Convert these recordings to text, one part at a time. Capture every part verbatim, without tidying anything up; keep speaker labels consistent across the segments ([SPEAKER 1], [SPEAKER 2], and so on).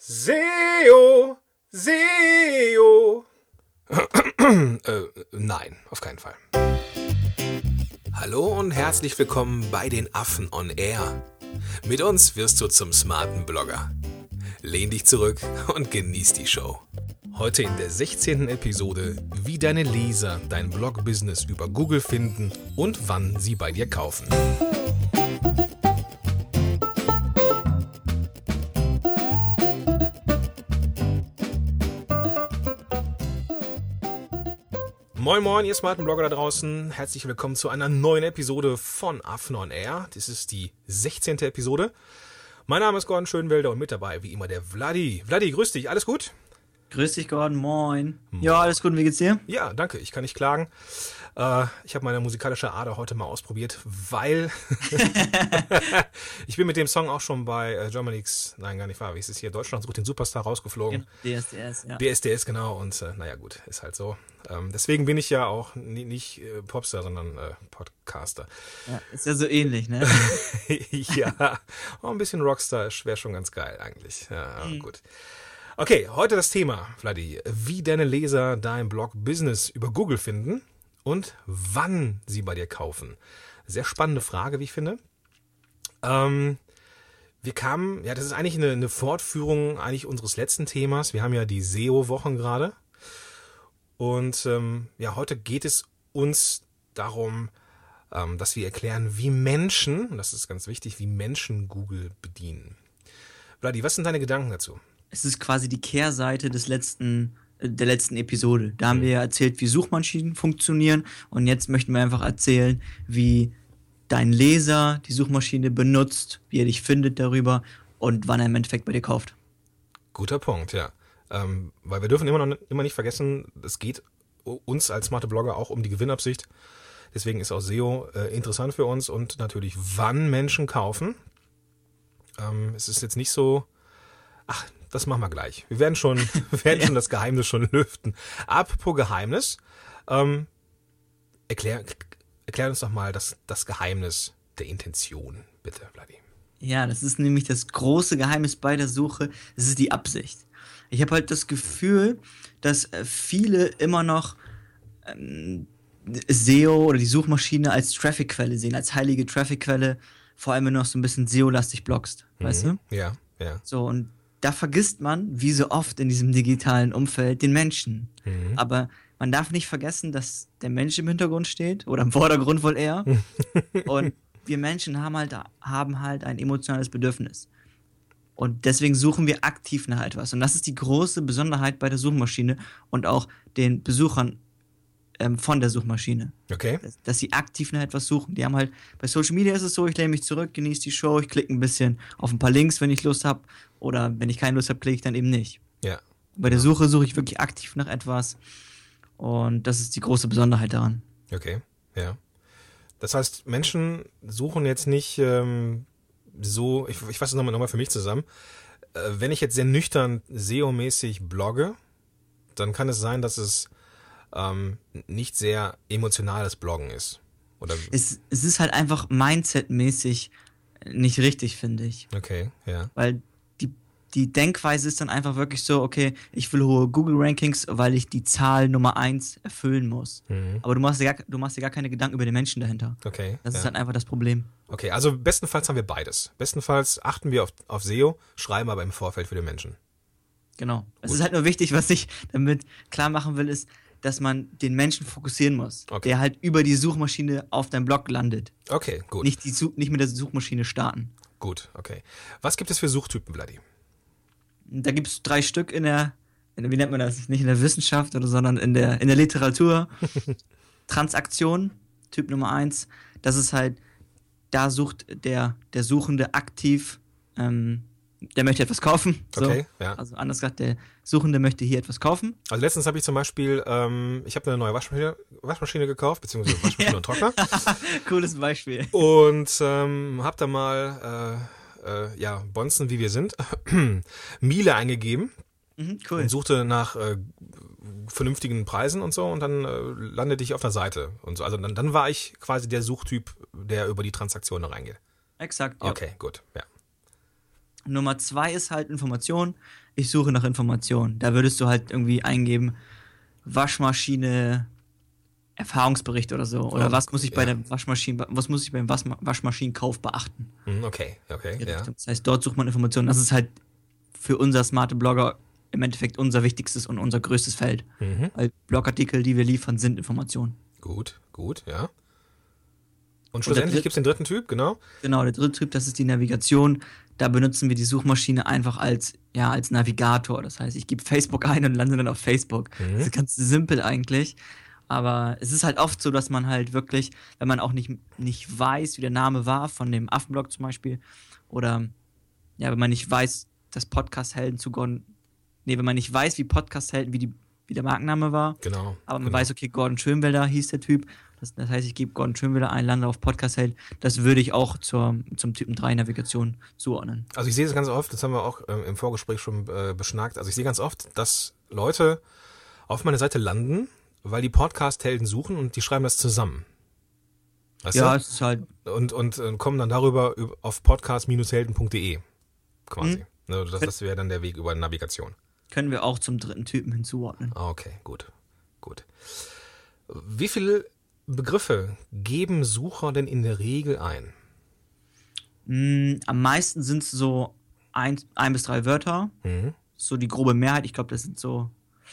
[SPEAKER 1] S E O, S E O. äh, nein, auf keinen Fall. Hallo und herzlich willkommen bei den Affen on Air. Mit uns wirst du zum smarten Blogger. Lehn dich zurück und genieß die Show. Heute in der sechzehnten Episode, wie deine Leser dein Blog-Business über Google finden und wann sie bei dir kaufen. Moin moin, ihr smarten Blogger da draußen. Herzlich willkommen zu einer neuen Episode von Affen on Air. Das ist die sechzehnte Episode. Mein Name ist Gordon Schönwelder und mit dabei wie immer der Vladi. Vladi, grüß dich, alles gut?
[SPEAKER 2] Grüß dich, Gordon, moin. moin. Ja, alles gut, wie geht's dir?
[SPEAKER 1] Ja, danke, ich kann nicht klagen. Äh, ich habe meine musikalische Ader heute mal ausprobiert, weil ich bin mit dem Song auch schon bei äh, Germany's, nein, gar nicht wahr, wie ist es hier, Deutschland sucht den Superstar rausgeflogen.
[SPEAKER 2] D S D S, ja.
[SPEAKER 1] D S D S, genau, und äh, naja gut, ist halt so. Ähm, deswegen bin ich ja auch nie, nicht äh, Popstar, sondern äh, Podcaster.
[SPEAKER 2] Ja, ist ja so ähnlich, ne?
[SPEAKER 1] Ja, auch ein bisschen Rockstar wäre schon ganz geil eigentlich. Ja, mhm. Gut. Okay, heute das Thema, Vladi, wie deine Leser dein Blog-Business über Google finden und wann sie bei dir kaufen. Sehr spannende Frage, wie ich finde. Ähm, wir kamen, ja, das ist eigentlich eine, eine Fortführung eigentlich unseres letzten Themas. Wir haben ja die S E O-Wochen gerade. Und ähm, ja, heute geht es uns darum, ähm, dass wir erklären, wie Menschen, und das ist ganz wichtig, wie Menschen Google bedienen. Vladi, was sind deine Gedanken dazu?
[SPEAKER 2] Es ist quasi die Kehrseite des letzten, der letzten Episode. Da haben mhm. wir ja erzählt, wie Suchmaschinen funktionieren und jetzt möchten wir einfach erzählen, wie dein Leser die Suchmaschine benutzt, wie er dich findet darüber und wann er im Endeffekt bei dir kauft.
[SPEAKER 1] Guter Punkt, ja. Ähm, weil wir dürfen immer noch immer nicht vergessen, es geht uns als smarte Blogger auch um die Gewinnabsicht. Deswegen ist auch S E O äh, interessant für uns und natürlich, wann Menschen kaufen. Ähm, es ist jetzt nicht so, ach, das machen wir gleich. Wir werden schon, wir werden schon das Geheimnis schon lüften. Apropos Geheimnis, ähm, erklär, erklär uns doch mal das, das Geheimnis der Intention, bitte, Vladi.
[SPEAKER 2] Ja, das ist nämlich das große Geheimnis bei der Suche. Das ist die Absicht. Ich habe halt das Gefühl, dass viele immer noch ähm, S E O oder die Suchmaschine als Traffic-Quelle sehen, als heilige Traffic-Quelle, vor allem wenn du noch so ein bisschen S E O-lastig bloggst, mhm. weißt du?
[SPEAKER 1] Ja, ja.
[SPEAKER 2] So, und da vergisst man, wie so oft in diesem digitalen Umfeld, den Menschen. Mhm. Aber man darf nicht vergessen, dass der Mensch im Hintergrund steht, oder im Vordergrund wohl eher. Und wir Menschen haben halt, haben halt ein emotionales Bedürfnis. Und deswegen suchen wir aktiv nach etwas. Und das ist die große Besonderheit bei der Suchmaschine und auch den Besuchern ähm, von der Suchmaschine.
[SPEAKER 1] Okay.
[SPEAKER 2] Dass, dass sie aktiv nach etwas suchen. Die haben halt, bei Social Media ist es so, ich lehne mich zurück, genieße die Show, ich klicke ein bisschen auf ein paar Links, wenn ich Lust habe. Oder wenn ich keine Lust habe, klicke ich dann eben nicht.
[SPEAKER 1] Ja.
[SPEAKER 2] Bei der Suche suche ich wirklich aktiv nach etwas. Und das ist die große Besonderheit daran.
[SPEAKER 1] Okay, ja. Das heißt, Menschen suchen jetzt nicht ähm, so, ich, ich fasse es nochmal noch mal für mich zusammen, äh, wenn ich jetzt sehr nüchtern S E O-mäßig blogge, dann kann es sein, dass es ähm, nicht sehr emotionales Bloggen ist. Oder
[SPEAKER 2] es, es ist halt einfach Mindset-mäßig nicht richtig, finde ich.
[SPEAKER 1] Okay, ja.
[SPEAKER 2] Weil die, die Denkweise ist dann einfach wirklich so, okay, ich will hohe Google-Rankings, weil ich die Zahl Nummer eins erfüllen muss. Mhm. Aber du machst, dir gar, du machst dir gar keine Gedanken über den Menschen dahinter.
[SPEAKER 1] Okay.
[SPEAKER 2] Das
[SPEAKER 1] ja.
[SPEAKER 2] ist halt einfach das Problem.
[SPEAKER 1] Okay, also bestenfalls haben wir beides. Bestenfalls achten wir auf, auf S E O, schreiben aber im Vorfeld für den Menschen.
[SPEAKER 2] Genau. Es ist halt nur wichtig, was ich damit klar machen will, ist, dass man den Menschen fokussieren muss, okay. der halt über die Suchmaschine auf deinem Blog landet.
[SPEAKER 1] Okay, gut.
[SPEAKER 2] Nicht, die, nicht mit der Suchmaschine starten.
[SPEAKER 1] Gut, okay. Was gibt es für Suchtypen, Vladi?
[SPEAKER 2] Da gibt es drei Stück in der, in, wie nennt man das, nicht in der Wissenschaft, oder, sondern in der, in der Literatur. Transaktion, Typ Nummer eins, das ist halt, da sucht der, der Suchende aktiv, ähm, der möchte etwas kaufen. So.
[SPEAKER 1] Okay, ja.
[SPEAKER 2] Also anders gesagt, der Suchende möchte hier etwas kaufen.
[SPEAKER 1] Also letztens habe ich zum Beispiel, ähm, ich habe eine neue Waschmaschine, Waschmaschine gekauft, beziehungsweise Waschmaschine und Trockner.
[SPEAKER 2] Cooles Beispiel.
[SPEAKER 1] Und ähm, habe da mal, äh, äh, ja, Bonzen, wie wir sind, Miele eingegeben.
[SPEAKER 2] Mhm, cool.
[SPEAKER 1] Und suchte nach äh, vernünftigen Preisen und so und dann äh, landete ich auf der Seite und so. Also dann, dann war ich quasi der Suchtyp, der über die Transaktionen reingeht.
[SPEAKER 2] Exakt, ja.
[SPEAKER 1] Okay, gut, ja.
[SPEAKER 2] Nummer zwei ist halt Information. Ich suche nach Informationen. Da würdest du halt irgendwie eingeben, Waschmaschine, Erfahrungsbericht oder so. Oder oh, was muss ich ja. bei der Waschmaschine, was muss ich beim Waschma- Waschmaschinenkauf beachten?
[SPEAKER 1] Okay, okay, ja.
[SPEAKER 2] Das heißt, dort sucht man Informationen. Das ist halt für unser smarte Blogger im Endeffekt unser wichtigstes und unser größtes Feld. Mhm. Weil Blogartikel, die wir liefern, sind Informationen.
[SPEAKER 1] Gut, gut, ja. Und schlussendlich gibt es den dritten Typ, genau?
[SPEAKER 2] Genau, der dritte Typ, das ist die Navigation. Da benutzen wir die Suchmaschine einfach als, ja, als Navigator. Das heißt, ich gebe Facebook ein und lande dann auf Facebook. Mhm. Das ist ganz simpel eigentlich. Aber es ist halt oft so, dass man halt wirklich, wenn man auch nicht, nicht weiß, wie der Name war, von dem Affenblog zum Beispiel, oder ja, wenn man nicht weiß, dass Podcast-Helden zu Gordon, nee, wenn man nicht weiß, wie Podcast-Helden, wie, die, wie der Markenname war,
[SPEAKER 1] genau,
[SPEAKER 2] aber man
[SPEAKER 1] genau.
[SPEAKER 2] weiß, okay, Gordon Schönwelder hieß der Typ, das, das heißt, ich gebe Gordon Schönwelder ein, lande auf Podcast-Held, das würde ich auch zur, zum Typen drei Navigation zuordnen.
[SPEAKER 1] Also ich sehe das ganz oft, das haben wir auch ähm, im Vorgespräch schon äh, beschnackt, also ich sehe ganz oft, dass Leute auf meine Seite landen, weil die Podcast-Helden suchen und die schreiben das zusammen. Weißt
[SPEAKER 2] ja,
[SPEAKER 1] du?
[SPEAKER 2] es ist halt.
[SPEAKER 1] Und, und, und kommen dann darüber auf podcast helden punkt de quasi. Mhm. Das, das wäre dann der Weg über Navigation.
[SPEAKER 2] Können wir auch zum dritten Typen hinzuordnen.
[SPEAKER 1] Okay, gut. Gut. Wie viele Begriffe geben Sucher denn in der Regel ein?
[SPEAKER 2] Mm, am meisten sind es so ein, ein bis drei Wörter. Mhm. So die grobe Mehrheit. Ich glaube, das sind so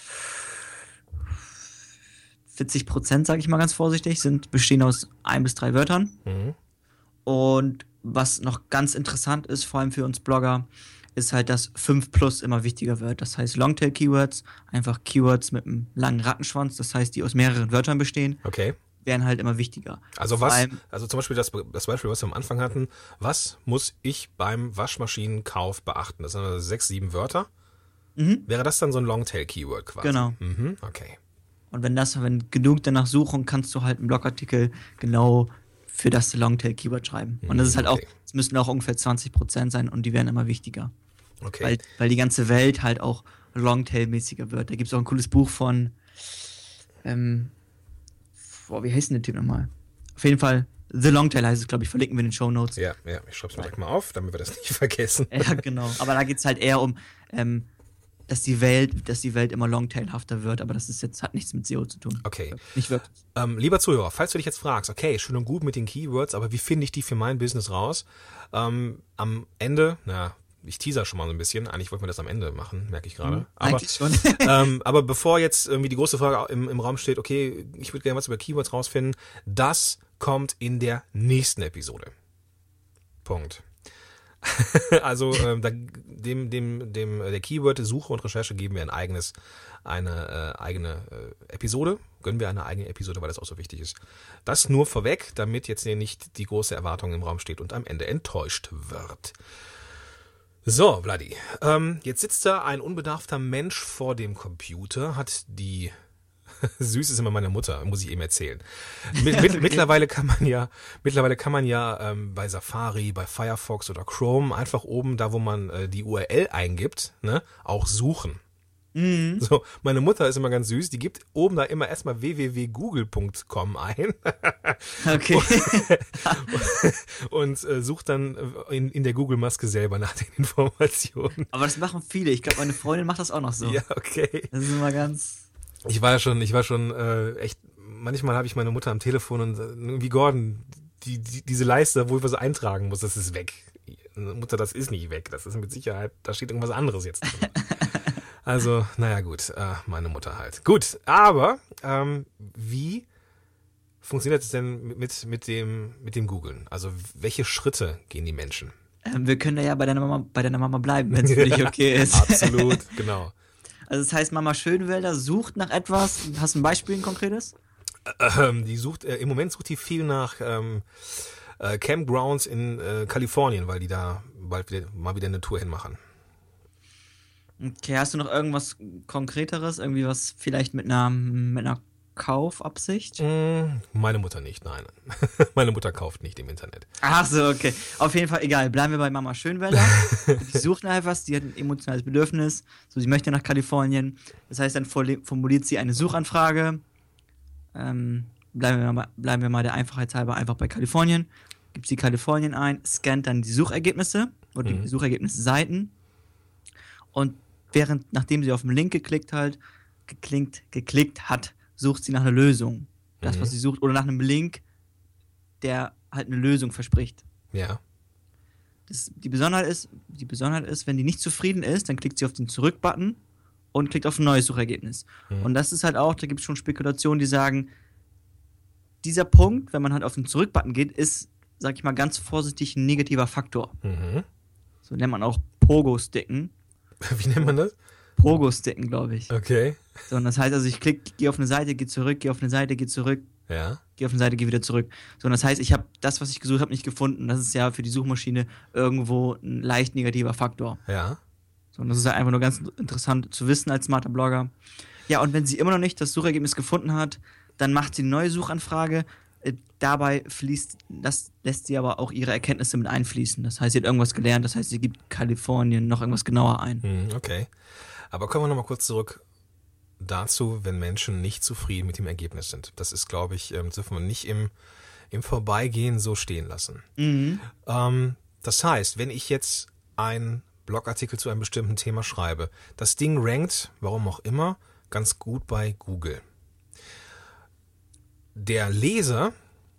[SPEAKER 2] vierzig Prozent, sage ich mal ganz vorsichtig, sind bestehen aus ein bis drei Wörtern. Mhm. Und was noch ganz interessant ist, vor allem für uns Blogger, ist halt, dass fünf plus immer wichtiger wird. Das heißt Longtail-Keywords, einfach Keywords mit einem langen Rattenschwanz, das heißt, die aus mehreren Wörtern bestehen,
[SPEAKER 1] okay.
[SPEAKER 2] werden halt immer wichtiger.
[SPEAKER 1] Also was, also zum Beispiel das, das Beispiel, was wir am Anfang hatten, was muss ich beim Waschmaschinenkauf beachten? Das sind also sechs, sieben Wörter. Mhm. Wäre das dann so ein Longtail-Keyword quasi?
[SPEAKER 2] Genau.
[SPEAKER 1] Mhm. Okay.
[SPEAKER 2] Und wenn das, wenn genug danach suchen, kannst du halt einen Blogartikel genau für das Longtail-Keyword schreiben. Und das ist halt okay. auch, es müssten auch ungefähr zwanzig Prozent sein und die werden immer wichtiger.
[SPEAKER 1] Okay.
[SPEAKER 2] Weil, weil die ganze Welt halt auch Longtail-mäßiger wird. Da gibt es auch ein cooles Buch von, ähm, boah, wie heißt denn der Typ nochmal? Auf jeden Fall, The Longtail heißt es, glaube ich, verlinken wir in den Shownotes.
[SPEAKER 1] Ja, ja, ich schreibe es mir direkt mal auf, damit wir das nicht vergessen.
[SPEAKER 2] Ja, genau. Aber da geht es halt eher um, ähm, dass die Welt, dass die Welt immer longtailhafter wird, aber das ist jetzt, hat nichts mit S E O zu tun.
[SPEAKER 1] Okay.
[SPEAKER 2] Nicht wirklich.
[SPEAKER 1] Ähm, lieber Zuhörer, falls du dich jetzt fragst, okay, schön und gut mit den Keywords, aber wie finde ich die für mein Business raus? Ähm, am Ende, na, ich teaser schon mal so ein bisschen, eigentlich wollten wir das am Ende machen, merke ich gerade.
[SPEAKER 2] Mhm, aber, eigentlich schon.
[SPEAKER 1] ähm, aber bevor jetzt irgendwie die große Frage im, im Raum steht, okay, ich würde gerne was über Keywords rausfinden, das kommt in der nächsten Episode. Punkt. Also ähm, da, dem, dem, dem der Keyword-Suche und Recherche geben wir ein eigenes, eine äh, eigene äh, Episode, gönnen wir eine eigene Episode, weil das auch so wichtig ist. Das nur vorweg, damit jetzt hier nicht die große Erwartung im Raum steht und am Ende enttäuscht wird. So, Vladi, ähm, jetzt sitzt da ein unbedarfter Mensch vor dem Computer, hat die Süß ist immer meine Mutter, muss ich eben erzählen. Mit, mit, okay. Mittlerweile kann man ja, mittlerweile kann man ja ähm, bei Safari, bei Firefox oder Chrome einfach oben, da wo man äh, die U R L eingibt, ne, auch suchen. Mhm. So, meine Mutter ist immer ganz süß, die gibt oben da immer erstmal w w w punkt google punkt com ein.
[SPEAKER 2] Okay.
[SPEAKER 1] und und äh, sucht dann in, in der Google-Maske selber nach den Informationen.
[SPEAKER 2] Aber das machen viele. Ich glaube, meine Freundin macht das auch noch so.
[SPEAKER 1] Ja, okay.
[SPEAKER 2] Das ist immer ganz...
[SPEAKER 1] Ich war ja schon, ich war schon äh, echt, manchmal habe ich meine Mutter am Telefon und äh, wie Gordon, die, die, diese Leiste, wo ich was eintragen muss, das ist weg. Mutter, das ist nicht weg, das ist mit Sicherheit, da steht irgendwas anderes jetzt drin. Also, naja gut, äh, meine Mutter halt. Gut, aber ähm, wie funktioniert es denn mit, mit dem, mit dem Googlen? Also welche Schritte gehen die Menschen?
[SPEAKER 2] Ähm, wir können da ja bei deiner Mama, bei deiner Mama bleiben, wenn es für dich okay ist.
[SPEAKER 1] Absolut, genau.
[SPEAKER 2] Also das heißt, Mama Schönwelder sucht nach etwas. Hast du ein Beispiel, ein konkretes?
[SPEAKER 1] Ähm, die sucht, äh, im Moment sucht die viel nach ähm, äh, Campgrounds in äh, Kalifornien, weil die da bald wieder, mal wieder eine Tour hinmachen.
[SPEAKER 2] Okay, hast du noch irgendwas Konkreteres? Irgendwie was vielleicht mit einer, mit einer Kaufabsicht?
[SPEAKER 1] Mm, meine Mutter nicht, nein. Meine Mutter kauft nicht im Internet.
[SPEAKER 2] Ach so, okay. Auf jeden Fall, egal. Bleiben wir bei Mama Schönwelder. Die sucht nach etwas, die hat ein emotionales Bedürfnis. So, sie möchte nach Kalifornien. Das heißt, dann formuliert sie eine Suchanfrage. Ähm, bleiben, wir mal, bleiben wir mal der Einfachheit halber einfach bei Kalifornien. Gibt sie Kalifornien ein, scannt dann die Suchergebnisse oder
[SPEAKER 1] Mhm.
[SPEAKER 2] die Suchergebnisseiten. Und während, nachdem sie auf den Link geklickt halt, geklinkt, geklickt hat, sucht sie nach einer Lösung. Das,
[SPEAKER 1] Mhm.
[SPEAKER 2] was sie sucht, oder nach einem Link, der halt eine Lösung verspricht.
[SPEAKER 1] Ja.
[SPEAKER 2] Das, die, Besonderheit ist, die Besonderheit ist, wenn die nicht zufrieden ist, dann klickt sie auf den Zurück-Button und klickt auf ein neues Suchergebnis.
[SPEAKER 1] Mhm.
[SPEAKER 2] Und das ist halt auch, da gibt es schon Spekulationen, die sagen, dieser Punkt, wenn man halt auf den Zurück-Button geht, ist, sag ich mal ganz vorsichtig, ein negativer Faktor.
[SPEAKER 1] Mhm.
[SPEAKER 2] So nennt man auch Pogo-Sticken.
[SPEAKER 1] Wie nennt man das?
[SPEAKER 2] Pogo-Sticken, glaube ich.
[SPEAKER 1] Okay.
[SPEAKER 2] So, und das heißt also, ich klick, gehe auf eine Seite, gehe zurück, gehe auf eine Seite, gehe zurück,
[SPEAKER 1] Ja.
[SPEAKER 2] gehe auf eine Seite, gehe wieder zurück. So, und das heißt, ich habe das, was ich gesucht habe, nicht gefunden. Das ist ja für die Suchmaschine irgendwo ein leicht negativer Faktor.
[SPEAKER 1] Ja.
[SPEAKER 2] So, und das ist halt einfach nur ganz interessant zu wissen als smarter Blogger. Ja, und wenn sie immer noch nicht das Suchergebnis gefunden hat, dann macht sie eine neue Suchanfrage. Äh, dabei fließt, das lässt sie aber auch ihre Erkenntnisse mit einfließen. Das heißt, sie hat irgendwas gelernt, das heißt, sie gibt Kalifornien noch irgendwas genauer ein.
[SPEAKER 1] Mhm, okay. Aber kommen wir nochmal kurz zurück dazu, wenn Menschen nicht zufrieden mit dem Ergebnis sind. Das ist, glaube ich, ähm, dürfen wir nicht im, im Vorbeigehen so stehen lassen.
[SPEAKER 2] Mhm.
[SPEAKER 1] Ähm, das heißt, wenn ich jetzt einen Blogartikel zu einem bestimmten Thema schreibe, das Ding rankt, warum auch immer, ganz gut bei Google. Der Leser,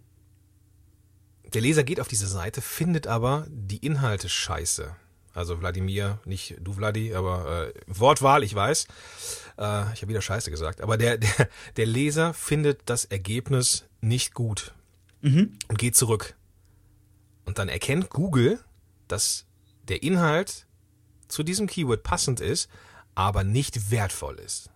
[SPEAKER 1] der Leser geht auf diese Seite, findet aber die Inhalte scheiße. Also Wladimir, nicht du Vladi, aber äh, Wortwahl, ich weiß. Äh, ich habe wieder Scheiße gesagt. Aber der, der, der Leser findet das Ergebnis nicht gut
[SPEAKER 2] Mhm.
[SPEAKER 1] und geht zurück. Und dann erkennt Google, dass der Inhalt zu diesem Keyword passend ist, aber nicht wertvoll ist.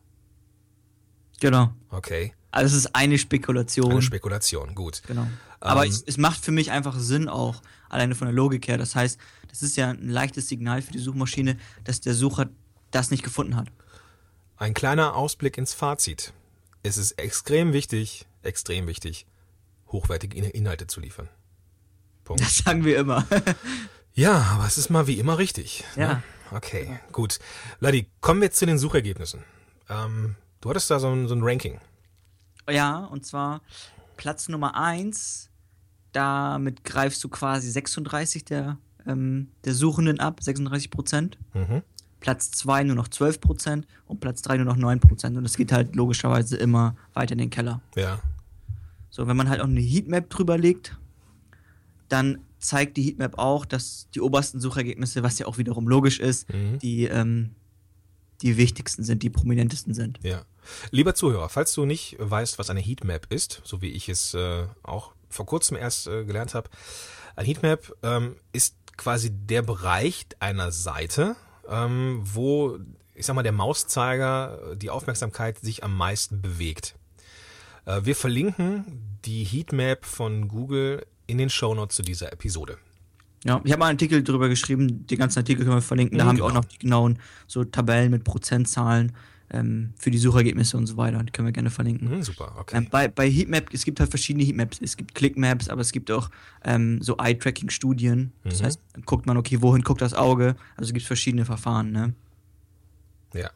[SPEAKER 2] Genau.
[SPEAKER 1] Okay,
[SPEAKER 2] Also es ist eine Spekulation.
[SPEAKER 1] eine Spekulation, gut.
[SPEAKER 2] Genau. Aber
[SPEAKER 1] Ähm,
[SPEAKER 2] es, es macht für mich einfach Sinn auch, alleine von der Logik her. Das heißt, das ist ja ein leichtes Signal für die Suchmaschine, dass der Sucher das nicht gefunden hat.
[SPEAKER 1] Ein kleiner Ausblick ins Fazit. Es ist extrem wichtig, extrem wichtig, hochwertige In- Inhalte zu liefern. Punkt.
[SPEAKER 2] Das sagen wir immer.
[SPEAKER 1] Ja, aber es ist mal wie immer richtig.
[SPEAKER 2] Ja.
[SPEAKER 1] Ne? Okay, gut. Vladi, kommen wir jetzt zu den Suchergebnissen. Ähm, du hattest da so ein, so ein Ranking.
[SPEAKER 2] Ja, und zwar Platz Nummer eins, damit greifst du quasi sechsunddreißig der, ähm, der Suchenden ab, sechsunddreißig Prozent.
[SPEAKER 1] Mhm.
[SPEAKER 2] Platz zwei nur noch zwölf Prozent und Platz drei nur noch neun Prozent. Und es geht halt logischerweise immer weiter in den Keller.
[SPEAKER 1] Ja.
[SPEAKER 2] So, wenn man halt auch eine Heatmap drüber legt, dann zeigt die Heatmap auch, dass die obersten Suchergebnisse, was ja auch wiederum logisch ist,
[SPEAKER 1] Mhm.
[SPEAKER 2] die, ähm, die wichtigsten sind, die prominentesten sind.
[SPEAKER 1] Ja. Lieber Zuhörer, falls du nicht weißt, was eine Heatmap ist, so wie ich es äh, auch vor kurzem erst äh, gelernt habe, eine Heatmap ähm, ist quasi der Bereich einer Seite, ähm, wo, ich sag mal, der Mauszeiger, die Aufmerksamkeit sich am meisten bewegt. Äh, wir verlinken die Heatmap von Google in den Shownotes zu dieser Episode.
[SPEAKER 2] Ja, ich habe mal einen Artikel drüber geschrieben, den ganzen Artikel können wir verlinken, da
[SPEAKER 1] Mhm,
[SPEAKER 2] haben wir auch
[SPEAKER 1] genau.
[SPEAKER 2] noch die genauen so Tabellen mit Prozentzahlen ähm, für die Suchergebnisse und so weiter, die können wir gerne verlinken.
[SPEAKER 1] Mhm, super, okay.
[SPEAKER 2] Ähm, bei, bei Heatmap, es gibt halt verschiedene Heatmaps. Es gibt Clickmaps, aber es gibt auch ähm, so Eye-Tracking-Studien. Das
[SPEAKER 1] Mhm.
[SPEAKER 2] heißt, dann guckt man, okay, wohin guckt das Auge? Also es gibt verschiedene Verfahren, ne?
[SPEAKER 1] Ja.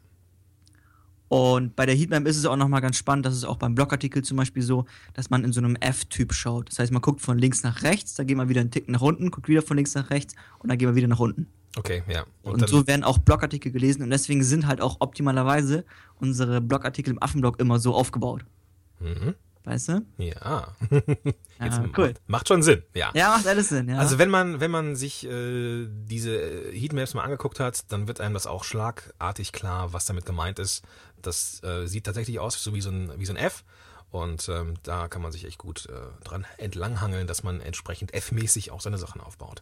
[SPEAKER 2] Und bei der Heatmap ist es auch nochmal ganz spannend, das ist auch beim Blogartikel zum Beispiel so, dass man in so einem F-Typ schaut. Das heißt, man guckt von links nach rechts, dann geht man wieder einen Tick nach unten, guckt wieder von links nach rechts und dann geht man wieder nach unten.
[SPEAKER 1] Okay, ja.
[SPEAKER 2] Und,
[SPEAKER 1] dann,
[SPEAKER 2] so werden auch Blogartikel gelesen und deswegen sind halt auch optimalerweise unsere Blogartikel im Affenblog immer so aufgebaut.
[SPEAKER 1] Mhm.
[SPEAKER 2] Weißt du?
[SPEAKER 1] Ja.
[SPEAKER 2] Ja,
[SPEAKER 1] Jetzt
[SPEAKER 2] cool.
[SPEAKER 1] macht, macht schon Sinn, ja.
[SPEAKER 2] Ja, macht alles Sinn, ja.
[SPEAKER 1] Also wenn man, wenn man sich äh, diese Heatmaps mal angeguckt hat, dann wird einem das auch schlagartig klar, was damit gemeint ist. Das äh, sieht tatsächlich aus so wie so ein, wie so ein F. Und ähm, da kann man sich echt gut äh, dran entlanghangeln, dass man entsprechend F-mäßig auch seine Sachen aufbaut.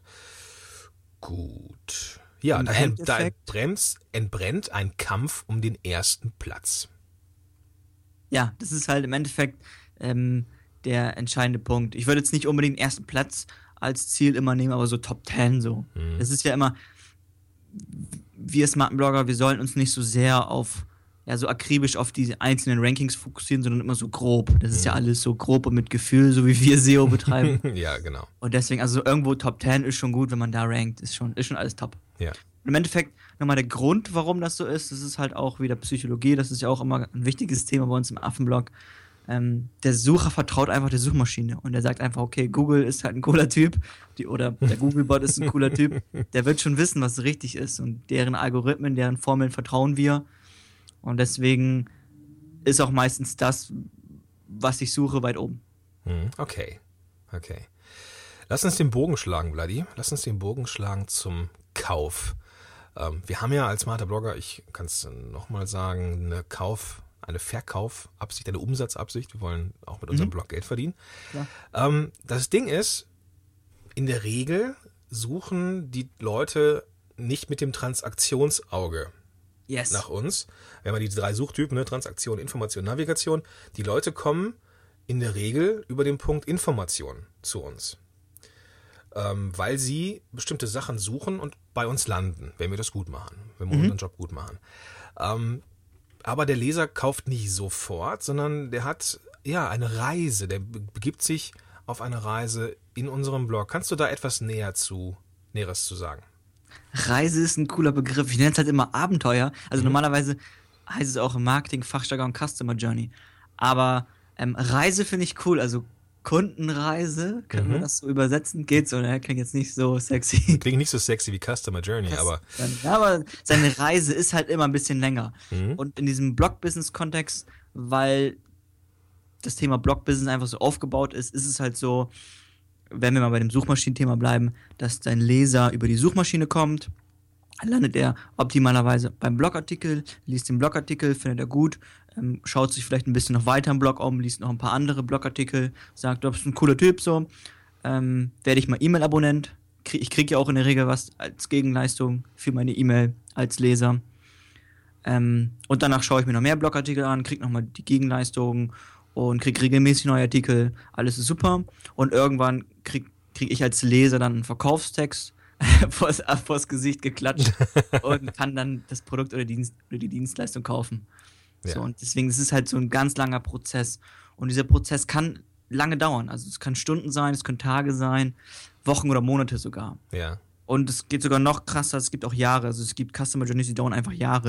[SPEAKER 1] Gut. Ja,
[SPEAKER 2] Im
[SPEAKER 1] da, ent, da
[SPEAKER 2] Endeffekt-
[SPEAKER 1] entbrennt, entbrennt ein Kampf um den ersten Platz.
[SPEAKER 2] Ja, das ist halt im Endeffekt ähm, der entscheidende Punkt. Ich würde jetzt nicht unbedingt den ersten Platz als Ziel immer nehmen, aber so Top Ten so.
[SPEAKER 1] Mhm.
[SPEAKER 2] Das ist ja immer, wir smarten Blogger, wir sollen uns nicht so sehr auf, ja, so akribisch auf die einzelnen Rankings fokussieren, sondern immer so grob. Das ist ja
[SPEAKER 1] Mhm.
[SPEAKER 2] alles so grob und mit Gefühl, so wie wir S E O betreiben.
[SPEAKER 1] Ja, genau.
[SPEAKER 2] Und deswegen, also irgendwo Top Ten ist schon gut, wenn man da rankt, ist schon, ist schon alles top.
[SPEAKER 1] Ja.
[SPEAKER 2] Und im Endeffekt nochmal der Grund, warum das so ist, das ist halt auch wieder Psychologie, das ist ja auch immer ein wichtiges Thema bei uns im Affenblog. ähm, der Sucher vertraut einfach der Suchmaschine und der sagt einfach, okay, Google ist halt ein cooler Typ die, oder der Googlebot ist ein cooler Typ, der wird schon wissen, was richtig ist und deren Algorithmen, deren Formeln vertrauen wir und deswegen ist auch meistens das, was ich suche, weit oben.
[SPEAKER 1] Okay, okay. Lass uns den Bogen schlagen, Vladi. Lass uns den Bogen schlagen zum Kauf. Ähm, wir haben ja als smarter Blogger, ich kann es nochmal sagen, eine Kauf, eine Verkaufabsicht, eine Umsatzabsicht. Wir wollen auch mit unserem mhm. Blog Geld verdienen. Ähm, das Ding ist, in der Regel suchen die Leute nicht mit dem Transaktionsauge yes. nach uns. Wir haben ja die drei Suchtypen, ne? Transaktion, Information, Navigation. Die Leute kommen in der Regel über den Punkt Information zu uns. Ähm, weil sie bestimmte Sachen suchen und bei uns landen, wenn wir das gut machen, wenn wir mhm. unseren Job gut machen. Ähm, aber der Leser kauft nicht sofort, sondern der hat ja eine Reise, der begibt sich auf eine Reise in unserem Blog. Kannst du da etwas näher zu, Näheres zu sagen?
[SPEAKER 2] Reise ist ein cooler Begriff. Ich nenne es halt immer Abenteuer. Also mhm. normalerweise heißt es auch im Marketing Fachjargon Customer Journey. Aber ähm, Reise finde ich cool. Also Kundenreise, können mhm. wir das so übersetzen? Geht so, ne? Klingt jetzt nicht so sexy.
[SPEAKER 1] Klingt nicht so sexy wie Customer Journey, das, aber...
[SPEAKER 2] Ja, aber seine Reise ist halt immer ein bisschen länger. Mhm. Und in diesem Blog-Business-Kontext, weil das Thema Blog-Business einfach so aufgebaut ist, ist es halt so, wenn wir mal bei dem Suchmaschinenthema bleiben, dass dein Leser über die Suchmaschine kommt, landet er optimalerweise beim Blogartikel, liest den Blogartikel, findet er gut, ähm, schaut sich vielleicht ein bisschen noch weiter im Blog um, liest noch ein paar andere Blogartikel, sagt, du bist ein cooler Typ, so, ähm, werde ich mal E-Mail-Abonnent, Krieg, ich kriege ja auch in der Regel was als Gegenleistung für meine E-Mail als Leser, ähm, und danach schaue ich mir noch mehr Blogartikel an, kriege nochmal die Gegenleistung und kriege regelmäßig neue Artikel, alles ist super und irgendwann kriege krieg ich als Leser dann einen Verkaufstext vors, vors Gesicht geklatscht und kann dann das Produkt oder, Dienst, oder die Dienstleistung kaufen. Ja. So, und deswegen ist es halt so ein ganz langer Prozess. Und dieser Prozess kann lange dauern. Also es kann Stunden sein, es können Tage sein, Wochen oder Monate sogar.
[SPEAKER 1] Ja.
[SPEAKER 2] Und es geht sogar noch krasser, es gibt auch Jahre. Also es gibt Customer Journeys, die dauern einfach Jahre.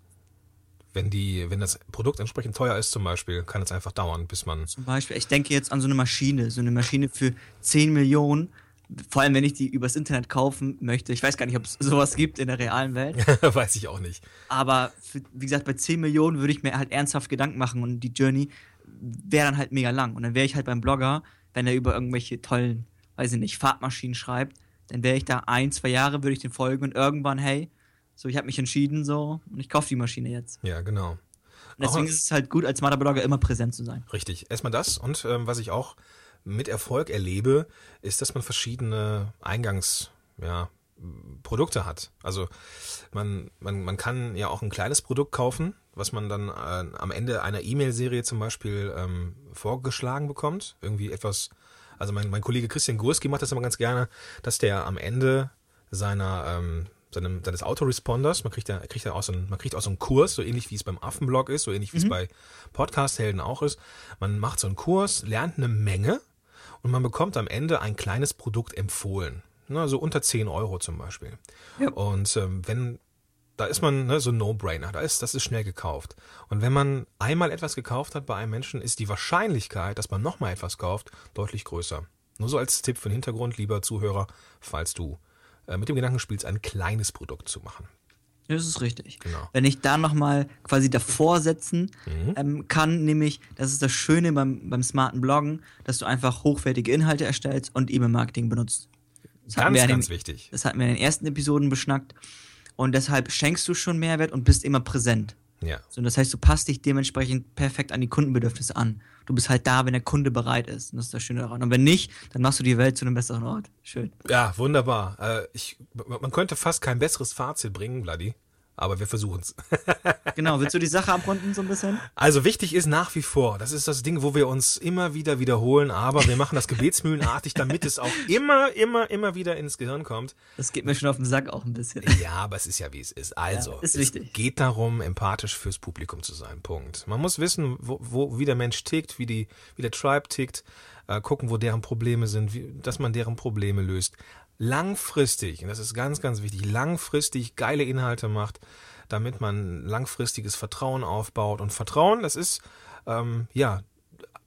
[SPEAKER 1] Wenn die, wenn das Produkt entsprechend teuer ist zum Beispiel, kann es einfach dauern, bis man...
[SPEAKER 2] Zum Beispiel, ich denke jetzt an so eine Maschine, so eine Maschine für zehn Millionen, vor allem wenn ich die übers Internet kaufen möchte. Ich weiß gar nicht, ob es sowas gibt in der realen Welt.
[SPEAKER 1] Weiß ich auch nicht.
[SPEAKER 2] Aber für, wie gesagt, bei zehn Millionen würde ich mir halt ernsthaft Gedanken machen und die Journey wäre dann halt mega lang. Und dann wäre ich halt beim Blogger, wenn er über irgendwelche tollen, weiß ich nicht, Farbmaschinen schreibt, dann wäre ich da ein, zwei Jahre, würde ich den folgen und irgendwann, hey, so, ich habe mich entschieden so und ich kaufe die Maschine jetzt.
[SPEAKER 1] Ja, genau.
[SPEAKER 2] Und deswegen auch, ist es halt gut, als smarter Blogger immer präsent zu sein.
[SPEAKER 1] Richtig. Erstmal das und ähm, was ich auch mit Erfolg erlebe, ist, dass man verschiedene Eingangs, ja, Produkte hat. Also man, man, man kann ja auch ein kleines Produkt kaufen, was man dann äh, am Ende einer E-Mail-Serie zum Beispiel ähm, vorgeschlagen bekommt. Irgendwie etwas, also mein, mein Kollege Christian Gurski macht das immer ganz gerne, dass der am Ende seiner ähm, seinem, seines Autoresponders, man kriegt ja, kriegt ja auch so einen, man kriegt auch so einen Kurs, so ähnlich wie es beim Affenblog ist, so ähnlich wie mhm. es bei Podcast-Helden auch ist. Man macht so einen Kurs, lernt eine Menge und man bekommt am Ende ein kleines Produkt empfohlen. Ne, so unter zehn Euro zum Beispiel. Ja. Und ähm, wenn, da ist man ne, so ein No-Brainer, da ist, das ist schnell gekauft. Und wenn man einmal etwas gekauft hat bei einem Menschen, ist die Wahrscheinlichkeit, dass man nochmal etwas kauft, deutlich größer. Nur so als Tipp für den Hintergrund, lieber Zuhörer, falls du mit dem Gedanken spielst, ein kleines Produkt zu machen.
[SPEAKER 2] Das ist richtig.
[SPEAKER 1] Genau.
[SPEAKER 2] Wenn ich da nochmal quasi davor setzen mhm. ähm, kann, nämlich, das ist das Schöne beim, beim smarten Bloggen, dass du einfach hochwertige Inhalte erstellst und E-Mail-Marketing benutzt. Das
[SPEAKER 1] ganz,
[SPEAKER 2] ja
[SPEAKER 1] ganz
[SPEAKER 2] den,
[SPEAKER 1] wichtig.
[SPEAKER 2] Das hatten wir in den ersten Episoden beschnackt. Und deshalb schenkst du schon Mehrwert und bist immer präsent.
[SPEAKER 1] Ja.
[SPEAKER 2] So, das heißt, du passt dich dementsprechend perfekt an die Kundenbedürfnisse an. Du bist halt da, wenn der Kunde bereit ist. Und das ist das Schöne daran. Und wenn nicht, dann machst du die Welt zu einem besseren Ort. Schön.
[SPEAKER 1] Ja, wunderbar. Äh, ich, man könnte fast kein besseres Fazit bringen, Vladi. Aber wir versuchen es.
[SPEAKER 2] Genau, willst du die Sache abrunden so ein bisschen?
[SPEAKER 1] Also wichtig ist nach wie vor, das ist das Ding, wo wir uns immer wieder wiederholen, aber wir machen das gebetsmühlenartig, damit es auch immer, immer, immer wieder ins Gehirn kommt.
[SPEAKER 2] Das geht mir schon auf den Sack auch ein bisschen.
[SPEAKER 1] Ja, aber es ist ja wie es ist. Also,
[SPEAKER 2] ja, ist
[SPEAKER 1] es
[SPEAKER 2] wichtig.
[SPEAKER 1] geht darum, empathisch fürs Publikum zu sein. Punkt. Man muss wissen, wo, wo wie der Mensch tickt, wie, die, wie der Tribe tickt, äh, gucken, wo deren Probleme sind, wie, dass man deren Probleme löst. Langfristig, und das ist ganz, ganz wichtig, langfristig geile Inhalte macht, damit man langfristiges Vertrauen aufbaut. Und Vertrauen, das ist, ähm, ja,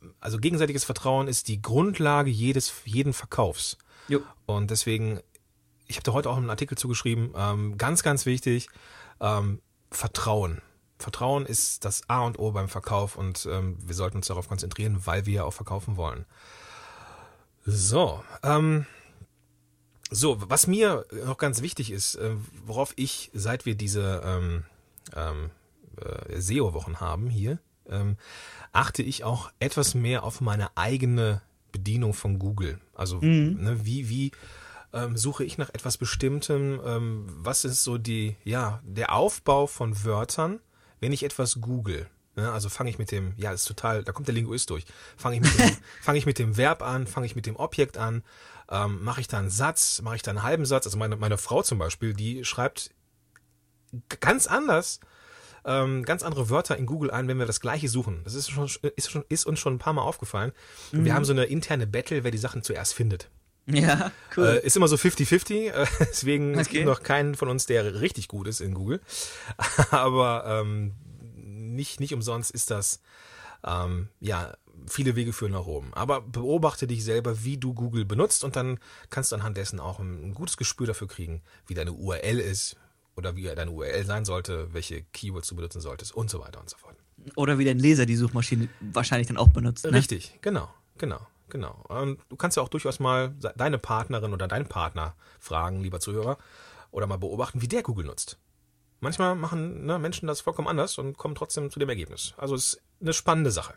[SPEAKER 1] also gegenseitiges Vertrauen ist die Grundlage jedes jeden Verkaufs.
[SPEAKER 2] Jo.
[SPEAKER 1] Und deswegen, ich habe da heute auch einen Artikel zugeschrieben, ähm, ganz, ganz wichtig, ähm, Vertrauen. Vertrauen ist das A und O beim Verkauf und ähm, wir sollten uns darauf konzentrieren, weil wir ja auch verkaufen wollen. So, ähm, so, was mir noch ganz wichtig ist, äh, worauf ich, seit wir diese ähm, ähm, äh, S E O-Wochen haben hier, ähm, achte ich auch etwas mehr auf meine eigene Bedienung von Google. Also
[SPEAKER 2] Mhm.
[SPEAKER 1] ne, wie, wie ähm, suche ich nach etwas Bestimmtem? Ähm, was ist so die, ja, der Aufbau von Wörtern, wenn ich etwas google? Ne? Also fange ich mit dem, ja, ist total, da kommt der Linguist durch. Fange ich mit dem, fange ich mit dem Verb an, fange ich mit dem Objekt an, ähm, mache ich da einen Satz, mache ich da einen halben Satz? Also meine, meine Frau zum Beispiel, die schreibt g- ganz anders, ähm, ganz andere Wörter in Google ein, wenn wir das Gleiche suchen. Das ist schon, ist schon, ist uns schon ein paar Mal aufgefallen. Wir haben so eine interne Battle, wer die Sachen zuerst findet.
[SPEAKER 2] Ja, cool.
[SPEAKER 1] Äh, ist immer so fifty fifty, äh, deswegen es
[SPEAKER 2] Okay.
[SPEAKER 1] gibt noch keinen von uns, der richtig gut ist in Google. Aber ähm, nicht, nicht umsonst ist das, ähm, ja, viele Wege führen nach oben. Aber beobachte dich selber, wie du Google benutzt und dann kannst du anhand dessen auch ein, ein gutes Gespür dafür kriegen, wie deine U R L ist oder wie deine U R L sein sollte, welche Keywords du benutzen solltest und so weiter und so fort.
[SPEAKER 2] Oder wie dein Leser die Suchmaschine wahrscheinlich dann auch benutzt. Ne?
[SPEAKER 1] Richtig, genau, genau, genau. Und du kannst ja auch durchaus mal deine Partnerin oder deinen Partner fragen, lieber Zuhörer, oder mal beobachten, wie der Google nutzt. Manchmal machen ne, Menschen das vollkommen anders und kommen trotzdem zu dem Ergebnis. Also es ist eine spannende Sache.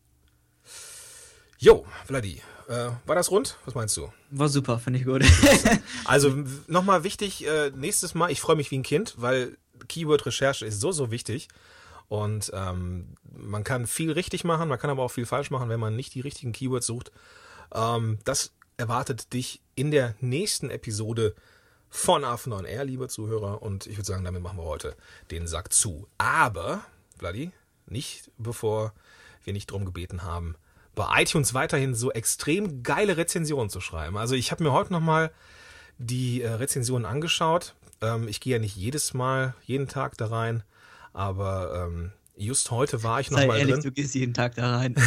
[SPEAKER 1] Jo, Vladi, äh, war das rund? Was meinst du?
[SPEAKER 2] War super, finde ich gut.
[SPEAKER 1] Also nochmal wichtig, äh, nächstes Mal, ich freue mich wie ein Kind, weil Keyword-Recherche ist so, so wichtig. Und ähm, man kann viel richtig machen, man kann aber auch viel falsch machen, wenn man nicht die richtigen Keywords sucht. Ähm, das erwartet dich in der nächsten Episode von Affen on Air, liebe Zuhörer. Und ich würde sagen, damit machen wir heute den Sack zu. Aber, Vladi, nicht bevor wir nicht drum gebeten haben, bei iTunes weiterhin so extrem geile Rezensionen zu schreiben. Also ich habe mir heute nochmal die äh, Rezensionen angeschaut. Ähm, ich gehe ja nicht jedes Mal, jeden Tag da rein. Aber ähm, just heute war ich noch
[SPEAKER 2] Sei
[SPEAKER 1] mal
[SPEAKER 2] ehrlich,
[SPEAKER 1] drin.
[SPEAKER 2] du gehst jeden Tag da rein.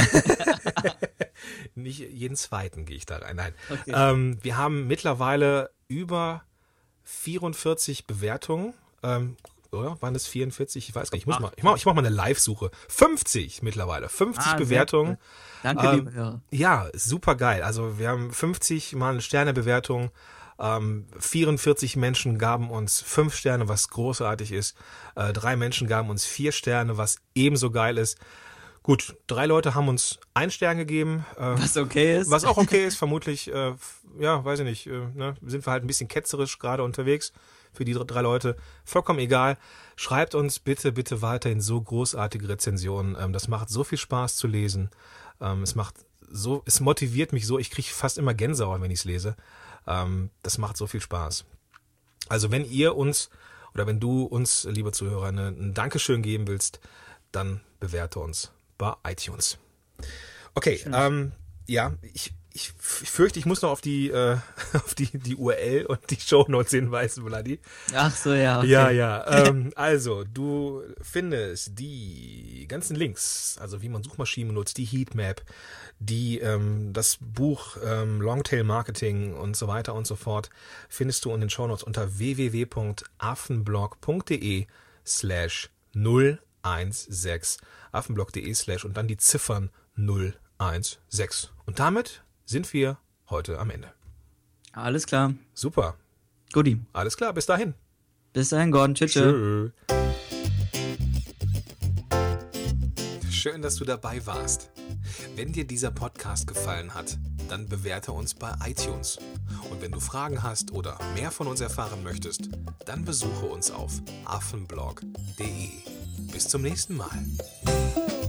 [SPEAKER 1] Nicht jeden zweiten gehe ich da rein. Nein.
[SPEAKER 2] Okay.
[SPEAKER 1] Ähm, wir haben mittlerweile über vierundvierzig Bewertungen. Ähm, oder? Waren es vierundvierzig? Ich weiß gar nicht. Ich muss mal, ich mach, ich mach mal eine Live-Suche. fünfzig mittlerweile. fünfzig
[SPEAKER 2] Ah, sehr
[SPEAKER 1] Bewertungen.
[SPEAKER 2] cool. Danke,
[SPEAKER 1] Ähm,
[SPEAKER 2] liebe Hörer.
[SPEAKER 1] Ja, super geil. Also wir haben fünfzig mal eine Sternebewertung. Ähm, vierundvierzig Menschen gaben uns fünf Sterne, was großartig ist. Äh, drei Menschen gaben uns vier Sterne, was ebenso geil ist. Gut, drei Leute haben uns einen Stern gegeben. Äh,
[SPEAKER 2] Was okay ist.
[SPEAKER 1] was auch okay ist, vermutlich, äh, f- ja, weiß ich nicht, äh, ne, sind wir halt ein bisschen ketzerisch gerade unterwegs für die dr- drei Leute. Vollkommen egal. Schreibt uns bitte, bitte weiterhin so großartige Rezensionen. Ähm, das macht so viel Spaß zu lesen. Ähm, es macht so, es motiviert mich so, ich kriege fast immer Gänsehaut, wenn ich es lese. Ähm, das macht so viel Spaß. Also wenn ihr uns oder wenn du uns, liebe Zuhörer, eine, ein Dankeschön geben willst, dann bewerte uns bei iTunes. Okay, ähm, ja, ich, ich, ich fürchte, ich muss noch auf die, äh, auf die, die U R L und die Shownotes hinweisen, Vladi.
[SPEAKER 2] Ach so, ja. Okay.
[SPEAKER 1] Ja, ja. Ähm, also, du findest die ganzen Links, also wie man Suchmaschinen benutzt, die Heatmap, die, ähm, das Buch ähm, Longtail Marketing und so weiter und so fort, findest du in den Shownotes unter www.affenblog.de slash 016. affenblog.de slash und dann die Ziffern null eins sechs. Und damit sind wir heute am Ende.
[SPEAKER 2] Alles klar.
[SPEAKER 1] Super.
[SPEAKER 2] Guti.
[SPEAKER 1] Alles klar, bis dahin.
[SPEAKER 2] Bis dahin, Gordon. Tschüss.
[SPEAKER 1] Tschö. Schön, dass du dabei warst. Wenn dir dieser Podcast gefallen hat, dann bewerte uns bei iTunes. Und wenn du Fragen hast oder mehr von uns erfahren möchtest, dann besuche uns auf affenblog punkt de. Bis zum nächsten Mal.